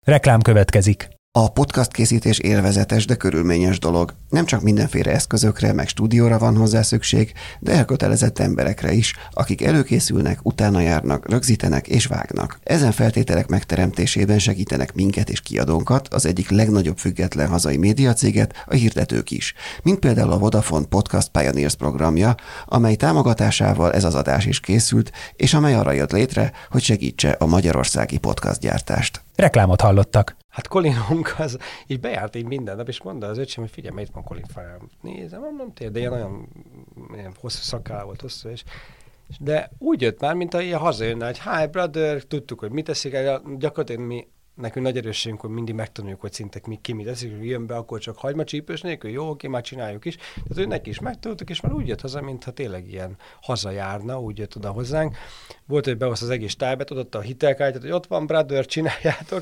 Reklám következik. A podcast készítés élvezetes, de körülményes dolog. Nem csak mindenféle eszközökre, meg stúdióra van hozzá szükség, de elkötelezett emberekre is, akik előkészülnek, utána járnak, rögzítenek és vágnak. Ezen feltételek megteremtésében segítenek minket és kiadónkat, az egyik legnagyobb független hazai médiacéget, a hirdetők is. Mint például a Vodafone Podcast Pioneers programja, amely támogatásával ez az adás is készült, és amely arra jött létre, hogy segítse a magyarországi podcastgyártást. Reklámot hallottak. Hát Colinunk az így bejárt így minden nap, és mondta az öcsém, hogy figyelj, itt van Colin Farrell. Nézem, nem tér, de ilyen hosszú szakáll volt, hosszú, de úgy jött már, mint a ilyen hazajönne, hogy hi brother, tudtuk, hogy mit teszik, gyakorlatilag mi nekünk nagy erősségünk, hogy mindig megtanuljuk, hogy szinte ki mit teszik, hogy jön be, akkor csak hagymacsípős nélkül, jó, oké, már csináljuk is. Tehát ő neki is megtanultuk, és már úgy jött haza, mintha tényleg ilyen hazajárna, úgy jött oda hozzánk. Volt, hogy behoz az egész tájbet, odaadta a hitelkártyát, hogy ott van, brother, csináljátok.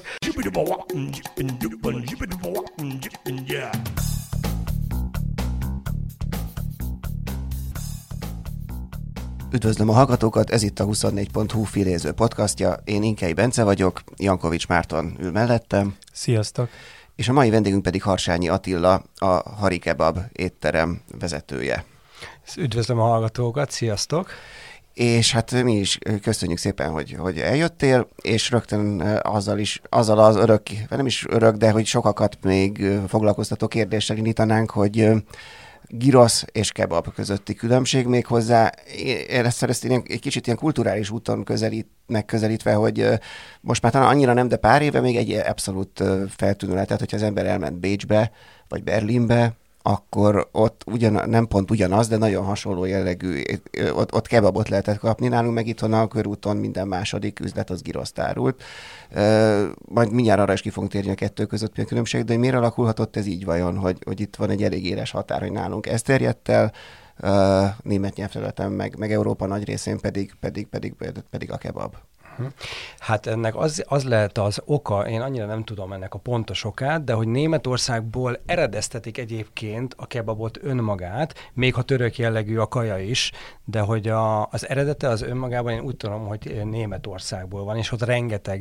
Üdvözlöm a hallgatókat, ez itt a 24.hu filéző podcastja. Én Inkei Bence vagyok, Jankovics Márton ül mellettem. Sziasztok! És a mai vendégünk pedig Harsányi Attila, a Hari Kebab étterem vezetője. Üdvözlöm a hallgatókat, sziasztok! És hát mi is köszönjük szépen, hogy eljöttél, és rögtön azzal az örök, nem is örök, de hogy sokakat még foglalkoztató kérdéssel indítanánk, hogy gyrosz és kebab közötti különbség még hozzá. Ezt én egy kicsit ilyen kulturális úton megközelítve, hogy most már talán annyira nem, de pár éve még egy abszolút feltűnő lehetett, hogyha az ember elment Bécsbe, vagy Berlinbe, akkor ott nem pont ugyanaz, de nagyon hasonló jellegű, ott kebabot lehetett kapni. Nálunk meg itthon a körúton minden második üzlet az gyroszt árult. Majd mindjárt arra is ki fogunk térni a kettő között mi a különbség, de hogy miért alakulhatott ez így vajon, hogy itt van egy elég éles határ, hogy nálunk ez terjedt el, német nyelvterületen, meg Európa nagy részén pedig a kebab. Hát ennek az lehet az oka, én annyira nem tudom ennek a pontos okát, de hogy Németországból eredeztetik egyébként a kebabot önmagát, még ha török jellegű a kaja is, de hogy az eredete az önmagában én úgy tudom, hogy Németországból van, és ott rengeteg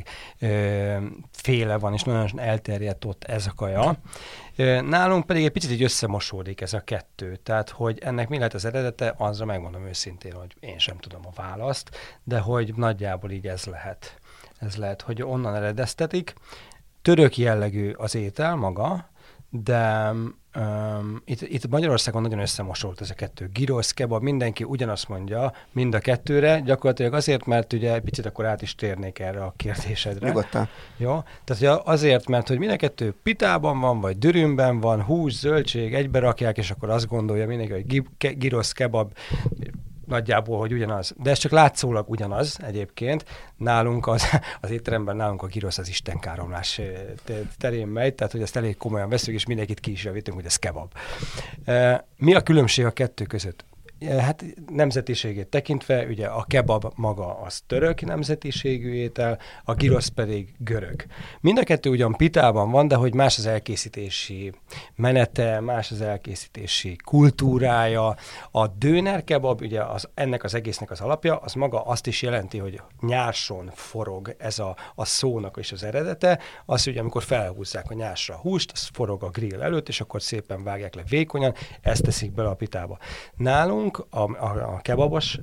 féle van, és nagyon elterjedt ott ez a kaja. Nálunk pedig egy picit így összemosódik ez a kettő, tehát hogy ennek mi lehet az eredete, azra megmondom őszintén, hogy én sem tudom a választ, de hogy nagyjából így ez lehet. Ez lehet, hogy onnan eredeztetik. Török jellegű az étel maga, de itt Magyarországon nagyon összemosult ez a kettő. Gyrosz, kebab, mindenki ugyanazt mondja mind a kettőre, gyakorlatilag azért, mert ugye picit akkor át is térnék erre a kérdésedre. Nyugodtan. Jó? Tehát azért, mert hogy mind a kettő pitában van, vagy dürümben van, hús, zöldség, egybe rakják, és akkor azt gondolja mindenki, hogy gyrosz, kebab, nagyjából, hogy ugyanaz. De ez csak látszólag ugyanaz egyébként. Nálunk az étteremben nálunk a gyrosz az istenkáromlás terén megy, tehát hogy ezt elég komolyan veszünk, és mindenkit ki is javítünk, hogy ez kebab. Mi a különbség a kettő között? Hát nemzetiségét tekintve, ugye a kebab maga az török nemzetiségű étel, a gyrosz pedig görög. Mind a kettő ugyan pitában van, de hogy más az elkészítési menete, más az elkészítési kultúrája. A döner kebab, ugye ennek az egésznek az alapja, az maga azt is jelenti, hogy nyárson forog ez a szónak is az eredete. Az, ugye amikor felhúzzák a nyársra a húst, az forog a grill előtt, és akkor szépen vágják le vékonyan, ezt teszik bele a pitába. Nálunk a kebabos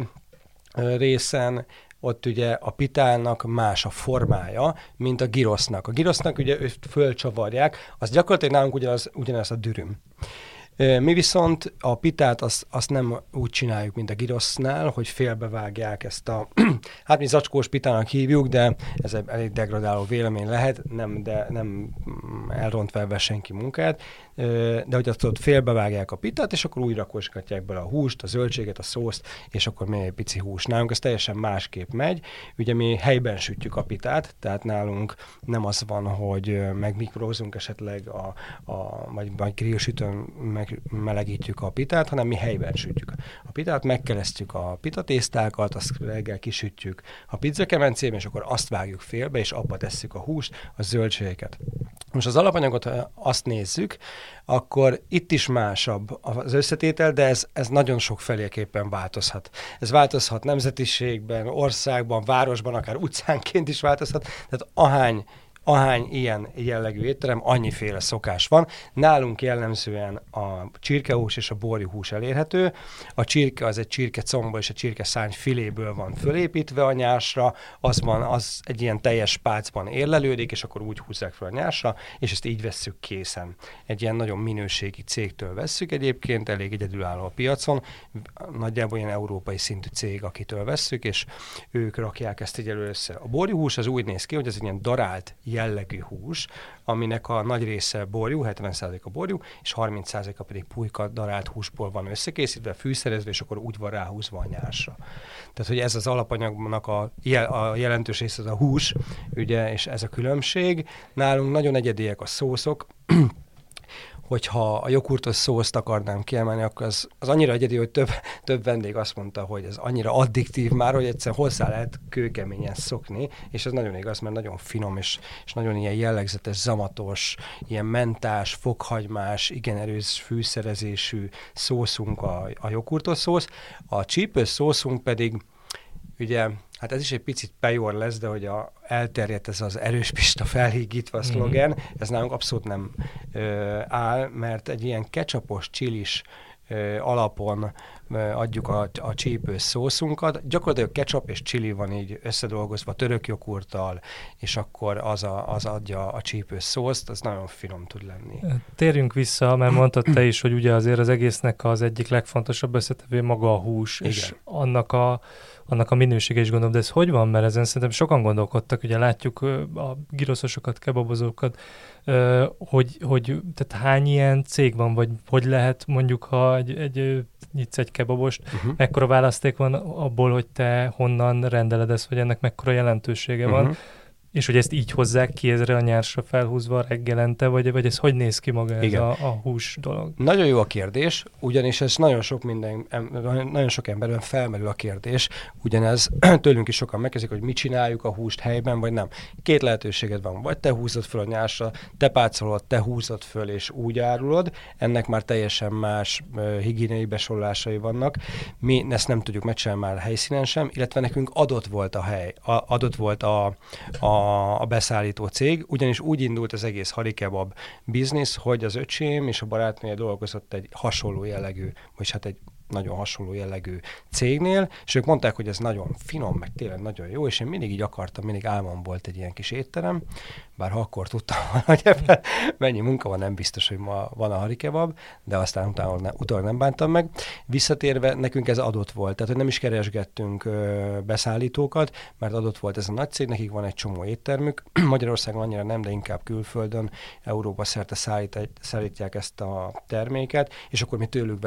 részen ott ugye a pitának más a formája, mint a gyrosznak. A gyrosznak ugye fölcsavarják, az gyakorlatilag nálunk ugyanaz a dürüm. Mi viszont a pitát azt nem úgy csináljuk, mint a gyroszznál, hogy félbevágják ezt hát mi zacskós pitának hívjuk, de ez egy elég degradáló vélemény lehet, nem elrontva ebben senki munkát, de hogy ott félbevágják a pitát, és akkor újra kosgatják bele a húst, a zöldséget, a szószt, és akkor még egy pici hús. Nálunk ez teljesen másképp megy. Ugye mi helyben sütjük a pitát, tehát nálunk nem az van, hogy megmikrózunk esetleg vagy grillsütőn melegítjük a pitát, hanem mi helyben sütjük a pitát, megkeresztjük a pitatésztákat, azt reggel kisütjük a pizzakemencébe, és akkor azt vágjuk félbe, és abba tesszük a húst, a zöldségeket. Most az alapanyagot, ha azt nézzük, akkor itt is másabb az összetétel, de ez nagyon sok feléképpen változhat. Ez változhat nemzetiségben, országban, városban, akár utcánként is változhat. Tehát ahány ilyen jellegű étterem, annyiféle szokás van. Nálunk jellemzően a csirkehús és a borjuhús elérhető. A csirke az egy csirkecomból és a csirkeszárny filéből van fölépítve a nyársra, az egy ilyen teljes pácban érlelődik, és akkor úgy húzzák fel a nyársra, és ezt így vesszük készen. Egy ilyen nagyon minőségi cégtől vesszük egyébként, elég egyedülálló a piacon, nagyjából ilyen európai szintű cég, akitől vesszük, és ők rakják ezt így össze. A borjuhús az úgy néz ki, hogy ez egy ilyen darált jellegű hús, aminek a nagy része borjú, 70% a borjú, és 30%-a pedig pulyka darált húsból van összekészítve, fűszerezve, és akkor úgy van ráhúzva a nyársra. Tehát, hogy ez az alapanyagnak a jelentős része az a hús, ugye, és ez a különbség. Nálunk nagyon egyediek a szószok, hogyha a joghurtos szószt akarnám kiemelni, akkor az annyira egyedi, hogy több vendég azt mondta, hogy ez annyira addiktív már, hogy egyszerűen hozzá lehet kőkeményen szokni, és ez nagyon igaz, mert nagyon finom, és nagyon ilyen jellegzetes, zamatos, ilyen mentás, fokhagymás, igen erős fűszerezésű szószunk a joghurtos szósz. A csípős szószunk pedig, ugye, hát ez is egy picit pejor lesz, de hogy elterjedt ez az erős pista felhígítva szlogen, ez nálunk abszolút nem áll, mert egy ilyen ketchupos, csilis alapon adjuk a csípős szószunkat. Gyakorlatilag ketchup és chili van így összedolgozva török joghurttal, és akkor az adja a csípős szószt, az nagyon finom tud lenni. Térjünk vissza, mert mondtad te is, hogy ugye azért az egésznek az egyik legfontosabb összetevő maga a hús, igen. És annak a minősége is gondolom, de ez hogy van? Mert ezen szerintem sokan gondolkodtak, ugye látjuk a giroszosokat, kebabozókat, hogy tehát hány ilyen cég van, vagy hogy lehet mondjuk, ha nyitsz egy kebabost, mekkora választék van abból, hogy te honnan rendeled ezt, vagy ennek mekkora jelentősége van, és hogy ezt így hozzák ki ezre a nyársra felhúzva reggelente, vagy ez hogy néz ki maga ez a hús dolog? Nagyon jó a kérdés, ugyanis ez nagyon sok emberben felmerül a kérdés, ugyanez tőlünk is sokan megkezdik, hogy mit csináljuk a húst helyben, vagy nem. Két lehetőséged van, vagy te húzod föl a nyársra, te pácolod, te húzod föl, és úgy árulod, ennek már teljesen más higiéniai besorolásai vannak. Mi ezt nem tudjuk megcsinálni már helyszínen sem, illetve nekünk adott volt a hely, adott volt a beszállító cég, ugyanis úgy indult az egész harikebab biznisz, hogy az öcsém és a barátnője dolgozott egy hasonló jellegű, vagy hát egy nagyon hasonló jellegű cégnél, és ők mondták, hogy ez nagyon finom, meg tényleg nagyon jó, és én mindig így akartam, mindig álmom volt egy ilyen kis étterem, bár ha akkor tudtam, hogy ebben mennyi munka van, nem biztos, hogy ma van a harikebab, de aztán utána nem bántam meg. Visszatérve, nekünk ez adott volt, tehát hogy nem is keresgettünk beszállítókat, mert adott volt ez a nagy cég, nekik van egy csomó éttermük, Magyarországon annyira nem, de inkább külföldön, Európa szerte szállítják ezt a terméket, és akkor mi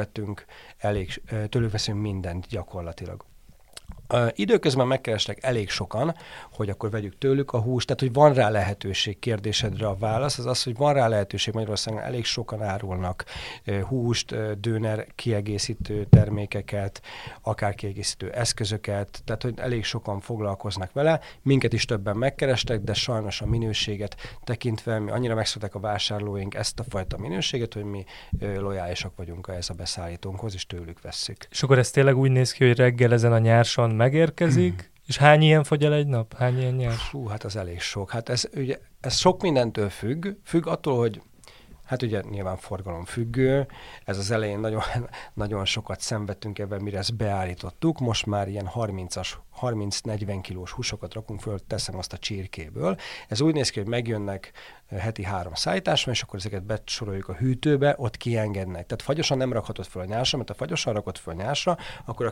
tőlük veszünk mindent gyakorlatilag. Időközben megkerestek elég sokan, hogy akkor vegyük tőlük a húst, tehát hogy van rá lehetőség, kérdésedre a válasz, az, hogy van rá lehetőség, Magyarországon elég sokan árulnak húst, döner kiegészítő termékeket, akár kiegészítő eszközöket, tehát hogy elég sokan foglalkoznak vele, minket is többen megkerestek, de sajnos a minőséget tekintve mi annyira megszokták a vásárlóink ezt a fajta minőséget, hogy mi lojálisak vagyunk ehhez a beszállítónkhoz, és tőlük vesszük. És akkor ez tényleg úgy néz ki, hogy reggel ezen a nyárson megérkezik, és hány ilyen fogy el egy nap? Hány ilyen nyárs? Hú, hát az elég sok. Hát ez sok mindentől függ attól, hogy hát ugye nyilván forgalom függő, ez az elején nagyon, nagyon sokat szenvedtünk ebben, mire ezt beállítottuk, most már ilyen 30-40 kilós húsokat rakunk föl, teszem azt a csirkéből. Ez úgy néz ki, hogy megjönnek heti 3 szállításban, és akkor ezeket besoroljuk a hűtőbe, ott kiengednek. Tehát fagyosan nem rakhatod föl a nyársra, mert ha fagyosan rakod föl a nyársra, akkor a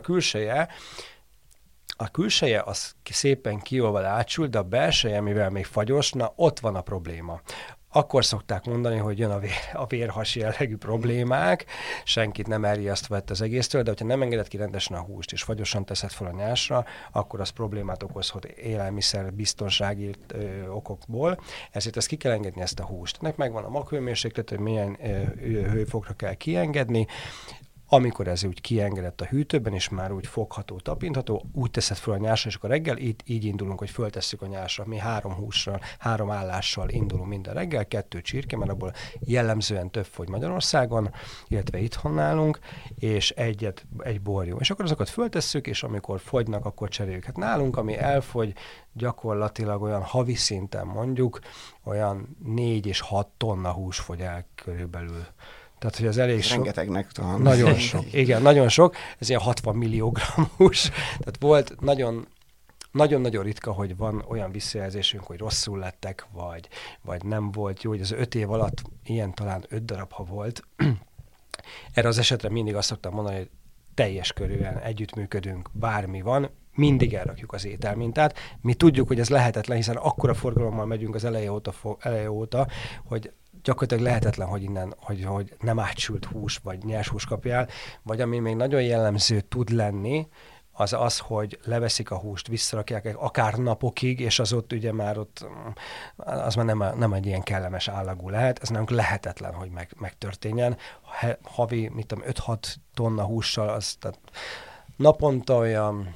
külseje az szépen kiolvad, átsül, de a belseje, mivel még fagyos, na ott van a probléma. Akkor szokták mondani, hogy jön a vérhas jellegű problémák, senkit nem elriasztva az egésztől, de hogyha nem engeded ki rendesen a húst, és fagyosan teszed fel a nyásra, akkor az problémát okozhat élelmiszer biztonsági okokból, ezért ezt ki kell engedni, ezt a húst. Ennek megvan a maghőmérséklet, hogy milyen hőfokra kell kiengedni. amikor ez úgy kiengedett a hűtőben, és már úgy fogható, tapintható, úgy teszed fel a nyásra, és akkor reggel így indulunk, hogy föltesszük a nyásra. Mi 3 hússal, 3 állással indulunk minden reggel, 2 csirke, mert abból jellemzően több fogy Magyarországon, illetve itthon nálunk, és egy borjú. És akkor azokat föltesszük, és amikor fogynak, akkor cseréljük. Hát nálunk, ami elfogy, gyakorlatilag olyan havi szinten mondjuk, olyan 4 és 6 tonna hús fogy el körülbelül. Tehát, hogy az elég sok. Rengetegnek tudom. Nagyon sok. Igen, nagyon sok. Ez ilyen 60 millió gramm hús. Tehát volt nagyon-nagyon ritka, hogy van olyan visszajelzésünk, hogy rosszul lettek, vagy nem volt jó, hogy az 5 év alatt ilyen talán 5 darab, ha volt. Erre az esetre mindig azt szoktam mondani, hogy teljes körűen együttműködünk, bármi van, mindig elrakjuk az ételmintát. Mi tudjuk, hogy ez lehetetlen, hiszen akkora forgalommal megyünk az eleje óta, hogy gyakorlatilag lehetetlen, hogy innen, hogy nem átsült hús, vagy nyers hús kapjál, vagy ami még nagyon jellemző tud lenni, az, hogy leveszik a húst, visszarakják akár napokig, és az ott ugye már ott, az már nem egy ilyen kellemes állagú lehet, ez nem lehetetlen, hogy megtörténjen. Havi, mit tudom, 5-6 tonna hússal, az tehát naponta olyan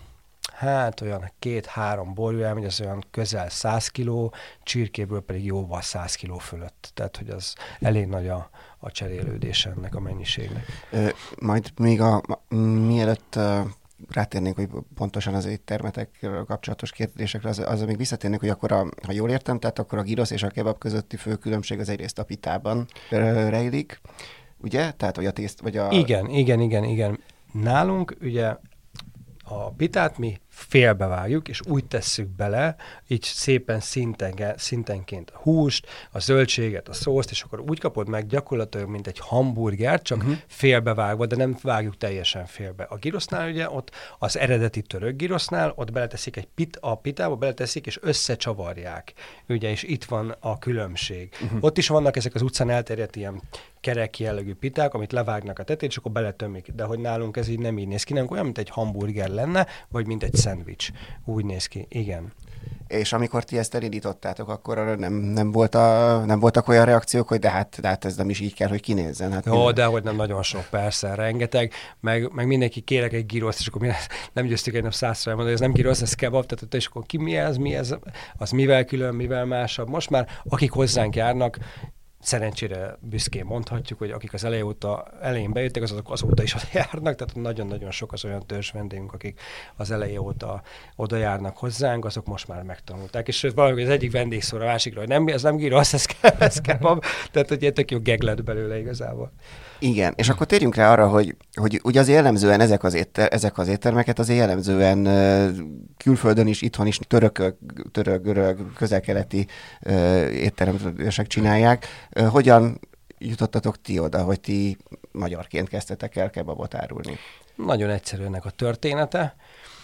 2-3 borjú elmegy, az olyan közel 100 kiló, csirkéből pedig jóval 100 kiló fölött. Tehát, hogy az elég nagy a cserélődés ennek a mennyiségnek. Majd még mielőtt rátérnénk, hogy pontosan az éttermetekkel kapcsolatos kérdésekre, az még visszatérnék, hogy akkor, ha jól értem, tehát akkor a gyrosz és a kebab közötti fő különbség az egyrészt a pitában rejlik, ugye? Tehát, vagy a tészt, vagy a... Igen. Nálunk ugye a pitát mi félbevágjuk, és úgy tesszük bele, így szépen szintenként a húst, a zöldséget, a szószt, és akkor úgy kapod meg gyakorlatilag, mint egy hamburger, csak félbevágva, de nem vágjuk teljesen félbe. A gyrosznál ugye ott az eredeti török gyrosznál, ott beleteszik a pitába beleteszik, és összecsavarják. Ugye, és itt van a különbség. Ott is vannak ezek az utcán elterjedt ilyen kerek jellegű piták, amit levágnak a tetét, és akkor beletömik. De hogy nálunk ez így nem így néz ki, nem olyan, mint egy hamburger lenne, vagy mint egy szendvics. Úgy néz ki, igen. És amikor ti ezt elindítottátok, akkor nem voltak olyan reakciók, hogy de hát ez nem is így kell, hogy kinézzen. Hát jó, de hogy nem nagyon sok, persze, rengeteg, meg mindenki kérek egy gyroszt, és akkor mi nem győztük egy nap 100-szor elmondani, hogy ez nem gyrosz, ez kebab, tehát és akkor mi ez, az mivel külön, mivel másabb. Most már akik hozzánk járnak, szerencsére büszkén mondhatjuk, hogy akik az elején bejöttek, azok azóta is oda járnak, tehát nagyon-nagyon sok az olyan törzs vendégünk, akik az eleje óta oda járnak hozzánk, azok most már megtanulták. És valahogy az egyik vendég szól a másikra, hogy ez nem gyrosz, ez kebab, tehát hogy tök jó geg lett belőle igazából. Igen, és akkor térjünk rá arra, hogy ugye az jellemzően ezek az éttermeket azért jellemzően külföldön is, itthon is török, görög, közel-keleti éttermesek csinálják. Hogyan jutottatok ti oda, hogy ti magyarként kezdtetek el kebabot árulni? Nagyon egyszerű ennek a története.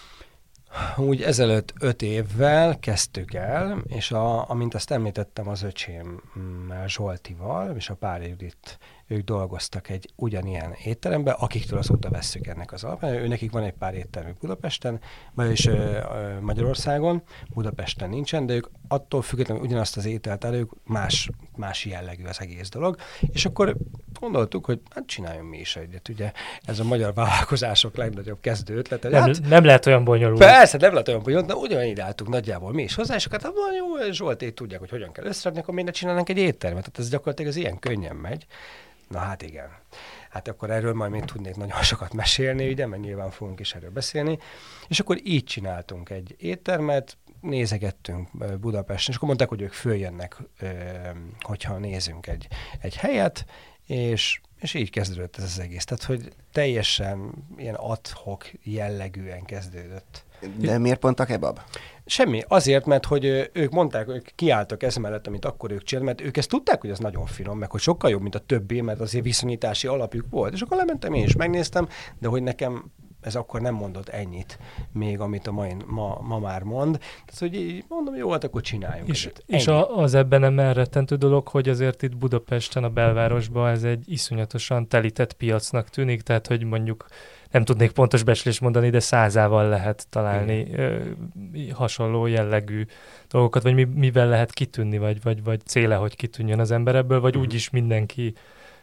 Úgy ezelőtt 5 évvel kezdtük el, és amint azt említettem az öcsémmel, Zsoltival, és a Pár Judit, ők dolgoztak egy ugyanilyen étteremben, akiktől azóta vesszük ennek az alapján. Őnekik van egy pár éttermük Budapesten, vagyis Magyarországon, Budapesten nincsen, de ők attól függetlenül ugyanazt az ételt elő, más jellegű az egész dolog. És akkor gondoltuk, hogy hát csináljunk mi is egyet. Ugye ez a magyar vállalkozások legnagyobb kezdő ötlete. Nem lehet olyan bonyolult. Persze, nem lehet olyan bonyolult, de ugyanígy álltunk nagyjából mi is hozzá, és akkor jó, Zsolték tudják, hogy hogyan kell összerakni, akkor miért ne csinálnánk egy éttermet. Tehát ez gyakorlatilag az ilyen könnyen megy. Na hát igen. Hát akkor erről majd még tudnék nagyon sokat mesélni, ugye, mert nyilván fogunk is erről beszélni. És akkor így csináltunk egy éttermet, nézegettünk Budapesten, és akkor mondták, hogy ők följönnek, hogyha nézünk egy helyet, és így kezdődött ez az egész. Tehát, hogy teljesen ilyen ad-hoc jellegűen kezdődött. De miért pont a kebab? Semmi. Azért, mert hogy ők mondták, ők kiálltak ez mellett, amit akkor ők csináltak, mert ők ezt tudták, hogy ez nagyon finom, meg hogy sokkal jobb, mint a többi, mert azért viszonyítási alapjuk volt. És akkor lementem, én is megnéztem, de hogy nekem ez akkor nem mondott ennyit még, amit ma már mond. Tehát, hogy így mondom, jó, hát akkor csináljunk. És az ebben nem elrettentő dolog, hogy azért itt Budapesten, a belvárosban ez egy iszonyatosan telített piacnak tűnik, tehát, hogy mondjuk nem tudnék pontos becslést mondani, de 100-ával lehet találni hasonló jellegű dolgokat, vagy mivel lehet kitűnni, vagy céle, hogy kitűnjön az ember ebből, vagy úgyis mindenki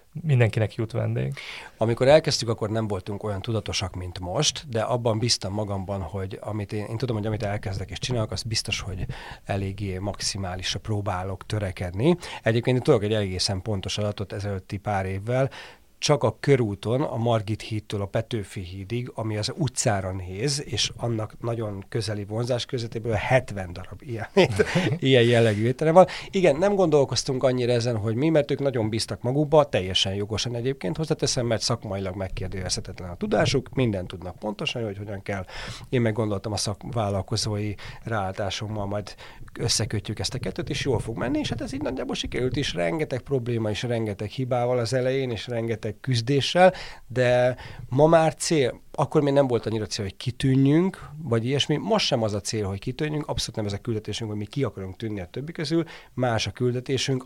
mindenkinek jut vendég. Amikor elkezdtük, akkor nem voltunk olyan tudatosak, mint most, de abban bíztam magamban, hogy én tudom, hogy amit elkezdek és csinálok, az biztos, hogy eléggé maximálisra próbálok törekedni. Egyébként én tudok egy egészen pontos adatot ezelőtti pár évvel, csak a körúton, a Margit hídtől a Petőfi hídig, ami az utcára néz, és annak nagyon közeli vonzás közvetéből 70 darab ilyen jellegű étterem van. Igen, nem gondolkoztunk annyira ezen, hogy mi, mert ők nagyon bíztak magukba, teljesen jogosan egyébként hozzáteszem, mert szakmailag megkérdőjelezhetetlen a tudásuk, mindent tudnak pontosan, hogy hogyan kell. Én meg gondoltam a szakvállalkozói ráállásommal majd összekötjük ezt a kettőt, és jól fog menni, és hát ez így nagyjából sikerült is, rengeteg probléma és rengeteg hibával az elején, és rengeteg küzdéssel, de ma már cél, akkor még nem volt annyira cél, hogy kitűnjünk, vagy ilyesmi. Most sem az a cél, hogy kitűnjünk, abszolút nem ez a küldetésünk, hogy mi ki akarunk tűnni a többi közül, más a küldetésünk,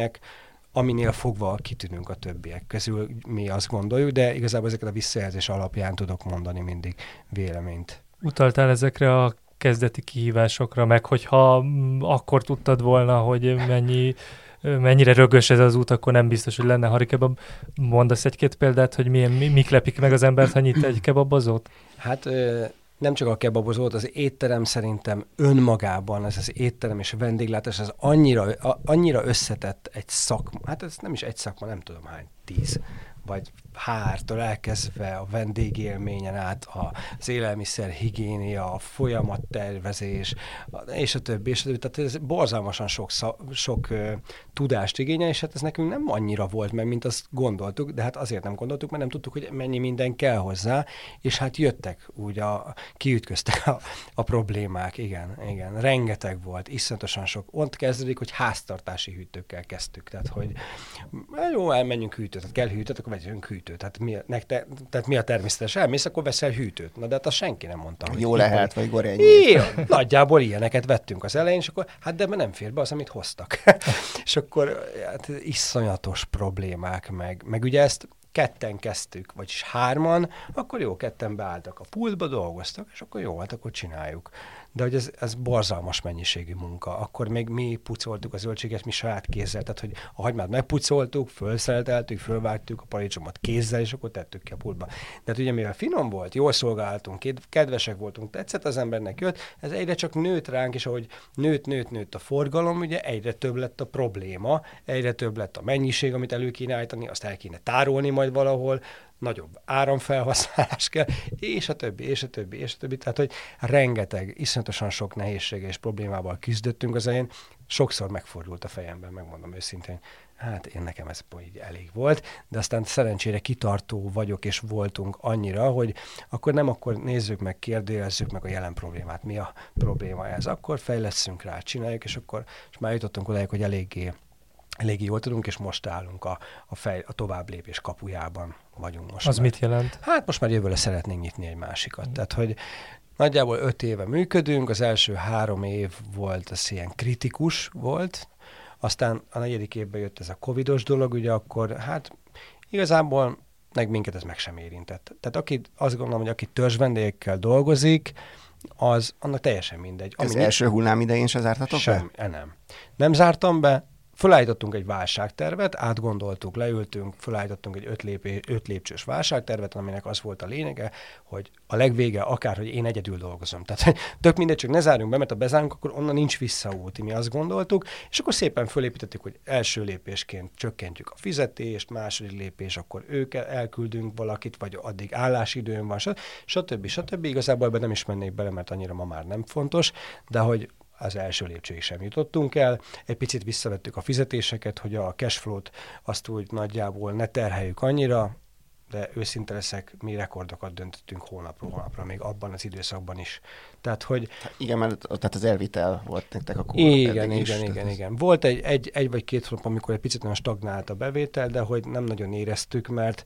aminél fogva kitűnünk a többiek közül, mi azt gondoljuk, de igazából ezeket a visszajelzés alapján tudok mondani mindig véleményt. Utaltál ezekre a kezdeti kihívásokra, meg hogyha akkor tudtad volna, hogy mennyire rögös ez az út, akkor nem biztos, hogy lenne harikebab. Mondasz egy-két példát, hogy mik lepik meg az embert, ha nyit egy kebabozót? Hát nem csak a kebabozót, az étterem szerintem önmagában, ez az étterem és a vendéglátás, ez annyira összetett egy szakma. Hát ez nem is egy szakma, nem tudom hány, 10 vagy hártól elkezdve a vendégélményen át, az élelmiszer higiénia, a folyamattervezés, és a többi. Tehát ez borzalmasan sok tudást igényel, és hát ez nekünk nem annyira volt meg, mint azt gondoltuk, de hát azért nem gondoltuk, mert nem tudtuk, hogy mennyi minden kell hozzá, és hát jöttek úgy, kiütköztek a problémák, igen, rengeteg volt, iszonyatosan sok. Ott kezdődik, hogy háztartási hűtőkkel kezdtük, tehát hogy jó, elmenjünk hűtőt, tehát kell hűtőt, akkor vegyünk hűtőt. Tehát mi a természetes? Elmész, akkor veszel hűtőt. Na de hát azt senki nem mondta. Hogy jó lehet, vagy gorényi. Nagyjából ilyeneket vettünk az elején, és akkor hát de nem fér be az, amit hoztak. És akkor hát, iszonyatos problémák, meg ugye ezt ketten kezdtük, vagyis 3-an, akkor jó, ketten beálltak a pultba, dolgoztak, és akkor jó, hát akkor csináljuk. De hogy ez borzalmas mennyiségű munka. Akkor még mi pucoltuk a zöldséget, mi saját kézzel, tehát hogy a hagymát megpucoltuk, fölszeleteltük, fölvágtuk a paradicsomot kézzel, és akkor tettük ki a pultba. De hát ugye mivel finom volt, jól szolgáltunk, kedvesek voltunk, tetszett az embernek, jött, ez egyre csak nőtt ránk, és ahogy nőtt a forgalom, ugye egyre több lett a probléma, egyre több lett a mennyiség, amit elő kéne állítani, azt el kéne tárolni majd valahol, nagyobb áramfelhasználás kell, és a többi. Tehát, hogy rengeteg, iszonyatosan sok nehézsége és problémával küzdöttünk az elején. Sokszor megfordult a fejemben, megmondom őszintén. Hát én nekem ez így elég volt, de aztán szerencsére kitartó vagyok és voltunk annyira, hogy akkor nézzük meg, kérdőjelezzük meg a jelen problémát. Mi a probléma ez? Akkor fejlesszünk rá, csináljuk, és már jutottunk odáig, hogy eléggé jól tudunk, és most állunk a továbblépés kapujában vagyunk most. Az mit jelent? Hát most már jövőre szeretnénk nyitni egy másikat. Tehát, hogy nagyjából 5 éve működünk, az első 3 év volt, az ilyen kritikus volt, aztán a 4. évben jött ez a covidos dolog, ugye akkor hát igazából minket ez meg sem érintett. Tehát azt gondolom, hogy aki törzsvendégekkel dolgozik, annak teljesen mindegy. Az első hullám idején se zártatok be? Nem zártam be. Fölállítottunk egy válságtervet, átgondoltuk, leültünk, fölállítottunk egy 5 lépcsős válságtervet, aminek az volt a lényege, hogy a legvége akár, hogy én egyedül dolgozom. Tehát tök mindegy, csak ne zárjunk be, mert ha bezárunk, akkor onnan nincs visszaút, mi azt gondoltuk, és akkor szépen fölépítettük, hogy első lépésként csökkentjük a fizetést, második lépés, akkor elküldünk valakit, vagy addig állásidőn van, stb. Igazából ebben nem is mennék bele, mert annyira ma már nem fontos, de hogy az első lépcsőig sem jutottunk el. Egy picit visszavettük a fizetéseket, hogy a cashflow-t azt úgy nagyjából ne terheljük annyira, de őszinte leszek, mi rekordokat döntöttünk hónapról hónapra, még abban az időszakban is. Tehát, hogy... Igen, mert tehát az elvitel volt nektek akkor. Igen. Volt egy vagy 2 hónap, amikor egy picit olyan stagnált a bevétel, de hogy nem nagyon éreztük, mert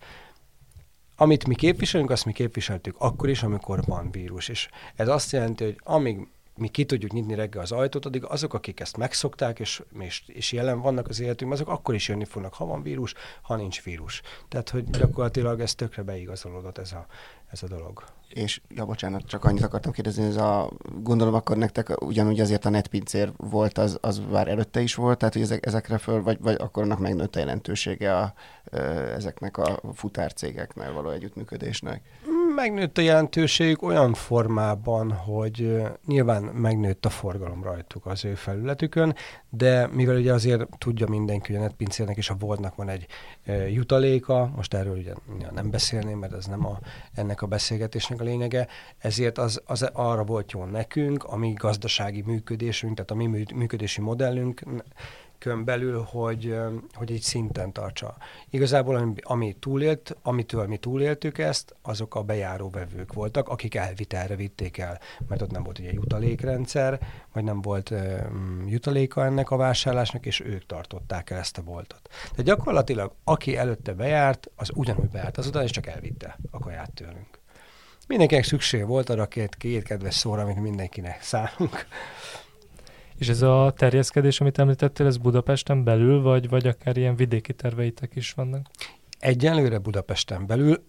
amit mi képviselünk, azt mi képviseltük akkor is, amikor van vírus. És ez azt jelenti, hogy amíg mi ki tudjuk nyitni reggel az ajtót, addig azok, akik ezt megszokták, és jelen vannak az életünkben, azok akkor is jönni fognak, ha van vírus, ha nincs vírus. Tehát, hogy gyakorlatilag ez tökre beigazolódott ez a dolog. És, bocsánat, csak annyit akartam kérdezni, gondolom akkor nektek ugyanúgy azért a netpincér volt, az már előtte is volt, tehát hogy ezekre föl, vagy akkor annak megnőtt a jelentősége ezeknek a futárcégeknél való együttműködésnek? Megnőtt a jelentőségük olyan formában, hogy nyilván megnőtt a forgalom rajtuk az ő felületükön, de mivel ugye azért tudja mindenki, hogy a netpincérnek és a Voltnak van egy jutaléka, most erről ugye nem beszélném, mert ez nem ennek a beszélgetésnek a lényege, ezért az arra volt jó nekünk, a mi gazdasági működésünk, tehát a mi működési modellünk belül, hogy egy szinten tartsa. Igazából amitől mi túléltük ezt, azok a bejáró vevők voltak, akik elvitelre vitték el, mert ott nem volt ugye jutalékrendszer, vagy nem volt jutaléka ennek a vásárlásnak, és ők tartották el ezt a boltot. Tehát gyakorlatilag, aki előtte bejárt, az ugyanúgy bejárt azután, és csak elvitte a kaját tőlünk. Mindenkinek szükség volt arra két kedves szóra, amit mindenkinek szánunk. És ez a terjeszkedés, amit említettél, ez Budapesten belül, vagy akár ilyen vidéki terveitek is vannak? Egyenlőre Budapesten belül.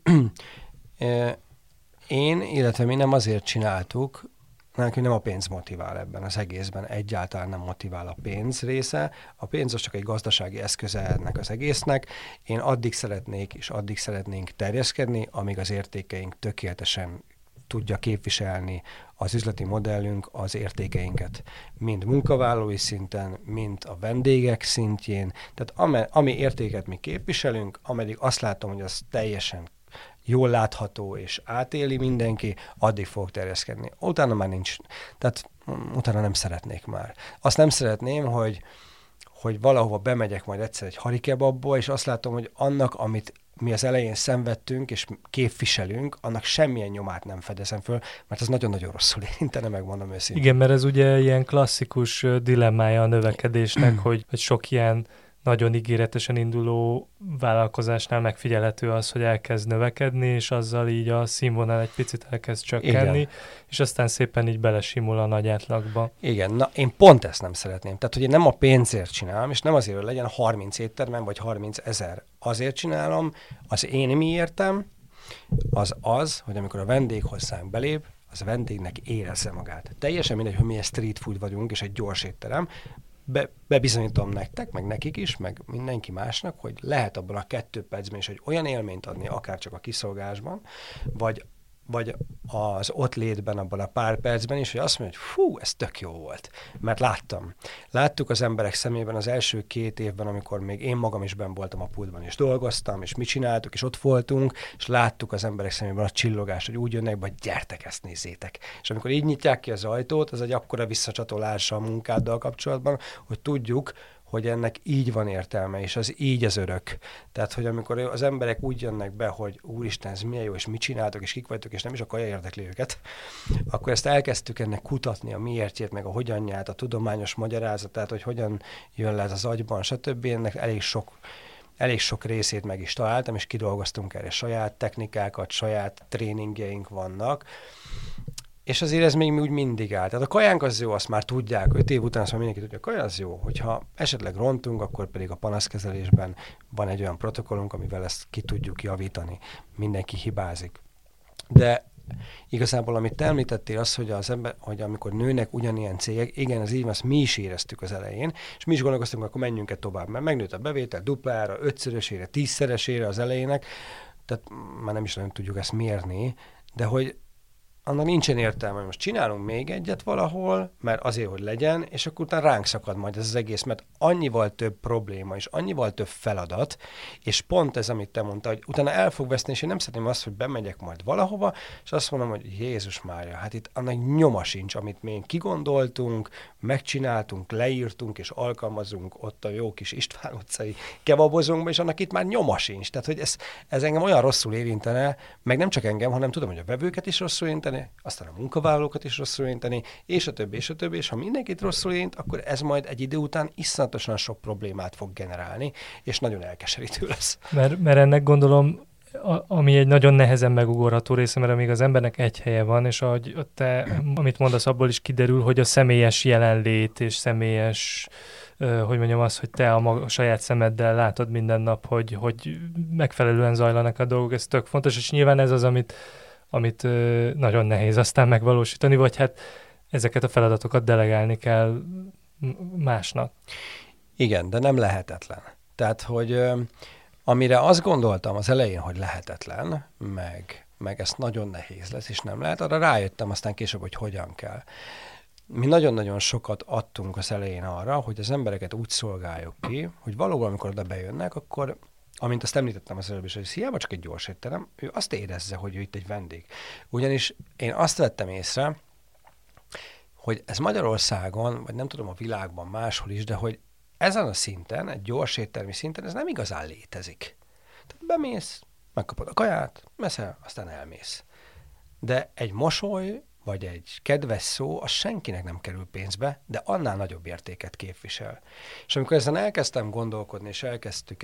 Illetve mi nem azért csináltuk, nekünk nem a pénz motivál ebben az egészben, egyáltalán nem motivál a pénz része. A pénz az csak egy gazdasági eszköze ennek az egésznek. Én addig szeretnénk terjeszkedni, amíg az értékeink tökéletesen tudja képviselni az üzleti modellünk az értékeinket, mind munkavállalói szinten, mind a vendégek szintjén. Tehát ami értéket mi képviselünk, ameddig azt látom, hogy az teljesen jól látható és átéli mindenki, addig fog terjeszkedni. Utána már nincs, tehát utána nem szeretnék már. Azt nem szeretném, hogy valahova bemegyek majd egyszer egy harikebabból, és azt látom, hogy annak, amit mi az elején szenvedtünk és képviselünk, annak semmilyen nyomát nem fedezem föl, mert az nagyon-nagyon rosszul érintene, megmondom őszintén. Igen, mert ez ugye ilyen klasszikus dilemmája a növekedésnek, hogy sok ilyen nagyon ígéretesen induló vállalkozásnál megfigyelhető az, hogy elkezd növekedni, és azzal így a színvonal egy picit elkezd csökkenni, igen. És aztán szépen így belesimul a nagy átlagba. Igen, na én pont ezt nem szeretném. Tehát, hogy én nem a pénzért csinálom, és nem azért, hogy legyen 30 éttermem, vagy 30 000. Azért csinálom, az én miértem, az, hogy amikor a vendég hozzánk belép, az a vendégnek érezze magát. Teljesen mindegy, hogy milyen street food vagyunk, és egy gyors étterem, bebizonyítom nektek, meg nekik is, meg mindenki másnak, hogy lehet abban a 2 percben is egy olyan élményt adni, akár csak a kiszolgásban, vagy az ott létben abban a pár percben is, hogy azt mondja, hogy fú, ez tök jó volt. Mert láttuk az emberek szemében az első 2 évben, amikor még én magam is benn voltam a pultban, és dolgoztam, és mit csináltuk, és ott voltunk, és láttuk az emberek szemében a csillogást, hogy úgy jönnek be, hogy gyertek, ezt nézzétek. És amikor így nyitják ki az ajtót, az egy akkora visszacsatolása a munkáddal kapcsolatban, hogy tudjuk, hogy ennek így van értelme, és az így az örök. Tehát, hogy amikor az emberek úgy jönnek be, hogy úristen, ez milyen jó, és mit csináltok, és kik vagytok, és nem is a kaja érdekli őket, akkor ezt elkezdtük ennek kutatni a miértjét, meg a hogyanját, a tudományos magyarázatát, hogy hogyan jön le ez az agyban, stb. Ennek elég sok részét meg is találtam, és kidolgoztunk erre saját technikákat, saját tréningjeink vannak, és azért ez még úgy mindig áll. Tehát a kajánk az jó, azt már tudják, 5 év után azt már mindenki tudja, a kaja az jó. Hogyha esetleg rontunk, akkor pedig a panaszkezelésben van egy olyan protokollunk, amivel ezt ki tudjuk javítani. Mindenki hibázik. De igazából, amit te említettél, az, hogy amikor nőnek ugyanilyen cégek, igen, az így van, azt mi is éreztük az elején, és mi is gondolkoztunk, akkor menjünk tovább, mert megnőtt a bevétel duplára, 5-szörösére, 10-szeresére az elejének, tehát már nem is nagyon tudjuk ezt mérni, de hogy annak nincsen értelme, hogy most csinálunk még egyet valahol, mert azért, hogy legyen, és akkor utána ránk szakad majd ez az egész, mert annyival több probléma, és annyival több feladat, és pont ez, amit te mondtad, hogy utána el fog veszni, és én nem szeretném azt, hogy bemegyek majd valahova, és azt mondom, hogy Jézus Mária, hát itt annak nyoma sincs, amit még kigondoltunk, megcsináltunk, leírtunk, és alkalmazunk ott a jó kis István utcai kebabozónkban, és annak itt már nyoma sincs. Tehát, hogy ez engem olyan rosszul érintene, meg nem csak engem, hanem tudom, hogy a vevőket is rosszul érintene, aztán a munkavállalókat is rosszul érinteni, és a többi, és ha mindenkit rosszul érint, akkor ez majd egy idő után iszonyatosan sok problémát fog generálni, és nagyon elkeserítő lesz. Mert ennek gondolom ami egy nagyon nehezen megugorható része, mert amíg az embernek egy helye van, és ahogy te, amit mondasz, abból is kiderül, hogy a személyes jelenlét és személyes, hogy mondjam azt, hogy te a saját szemeddel látod minden nap, hogy megfelelően zajlanak a dolgok, ez tök fontos, és nyilván ez az, amit nagyon nehéz aztán megvalósítani, vagy hát ezeket a feladatokat delegálni kell másnak. Igen, de nem lehetetlen. Tehát, hogy amire azt gondoltam az elején, hogy lehetetlen, meg ez nagyon nehéz lesz, és nem lehet, arra rájöttem aztán később, hogy hogyan kell. Mi nagyon-nagyon sokat adtunk az elején arra, hogy az embereket úgy szolgáljuk ki, hogy valóban, amikor oda bejönnek, akkor, amint azt említettem az előbb is, hogy hiába csak egy gyors étterem, ő azt érezze, hogy ő itt egy vendég. Ugyanis én azt vettem észre, hogy ez Magyarországon, vagy nem tudom a világban máshol is, de hogy ezen a szinten, egy gyors éttermi szinten ez nem igazán létezik. Tehát bemész, megkapod a kaját, meszel, aztán elmész. De egy mosoly, vagy egy kedves szó, az senkinek nem kerül pénzbe, de annál nagyobb értéket képvisel. És amikor ezen elkezdtem gondolkodni, és elkezdtük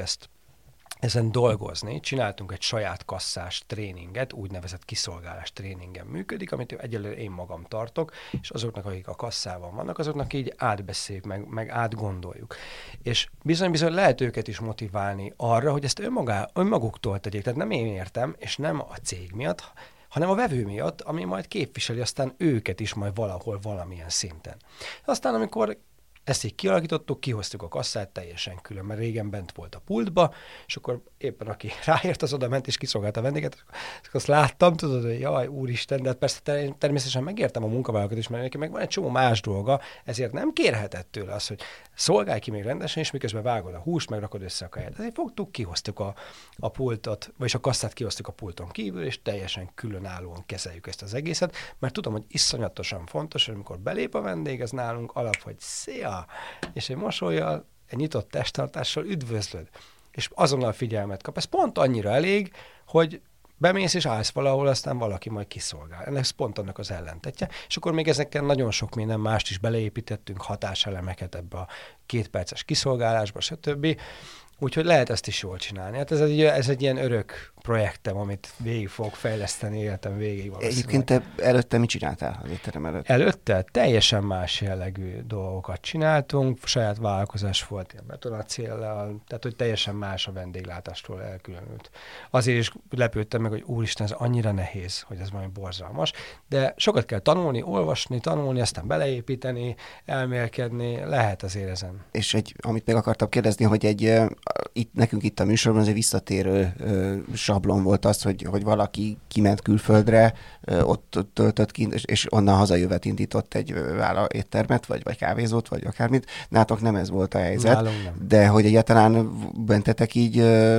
ezen dolgozni, csináltunk egy saját kasszás tréninget, úgynevezett kiszolgálás tréningen működik, amit egyelőre én magam tartok, és azoknak, akik a kasszában vannak, azoknak így átbeszéljük, meg átgondoljuk. És bizony-bizony lehet őket is motiválni arra, hogy ezt önmaguktól tegyék. Tehát nem én értem, és nem a cég miatt, hanem a vevő miatt, ami majd képviseli aztán őket is majd valahol, valamilyen szinten. Aztán amikor ezt így kialakítottuk, kihoztuk a kasszát teljesen külön, mert régen bent volt a pultba, és akkor éppen aki ráért, az oda ment és kiszolgálta a vendéget, és azt láttam, tudod, hogy jaj, úristen, de persze természetesen megértem a munkavállalókat is, mert neki meg van egy csomó más dolga, ezért nem kérhetett tőle az, hogy szolgálj ki még rendesen, és miközben vágod a húst, meg rakod össze a kaját. Ezért fogtuk, kihoztuk a pultot, vagyis a kasszát kihoztuk a pulton kívül, és teljesen különállóan kezeljük ezt az egészet, mert tudom, hogy iszonyatosan fontos, hogy amikor belép a vendég, az nálunk alap, hogy szia, és egy mosollyal, egy nyitott testtartással üdvözlöd, és azonnal figyelmet kap. Ez pont annyira elég, hogy bemész és állsz valahol, aztán valaki majd kiszolgál. Ennek pont annak az ellentetje. És akkor még ezekkel nagyon sok minden mást is beleépítettünk, hatáselemeket ebbe a 2 perces kiszolgálásba, stb. Úgyhogy lehet ezt is jól csinálni. Hát ez egy ilyen örök projektem, amit végig fogok fejleszteni életem végig valószínűleg. Egyébként te előtte mit csináltál az étterem előtt? Előtte teljesen más jellegű dolgokat csináltunk, saját vállalkozás volt ilyen betonacéllel, tehát hogy teljesen más a vendéglátástól elkülönült. Azért is lepődtem meg, hogy úristen, ez annyira nehéz, hogy ez valami borzalmas, de sokat kell tanulni, olvasni, aztán beleépíteni, elmélkedni, lehet azért ezen. És amit meg akartam kérdezni, hogy nekünk itt a műsorban az egy visszatérő sablon volt az, hogy valaki kiment külföldre, ott töltött ki, és onnan hazajövet indított egy éttermet, vagy kávézót, vagy akármit. Nátok nem ez volt a helyzet. De hogy egyáltalán bentetek így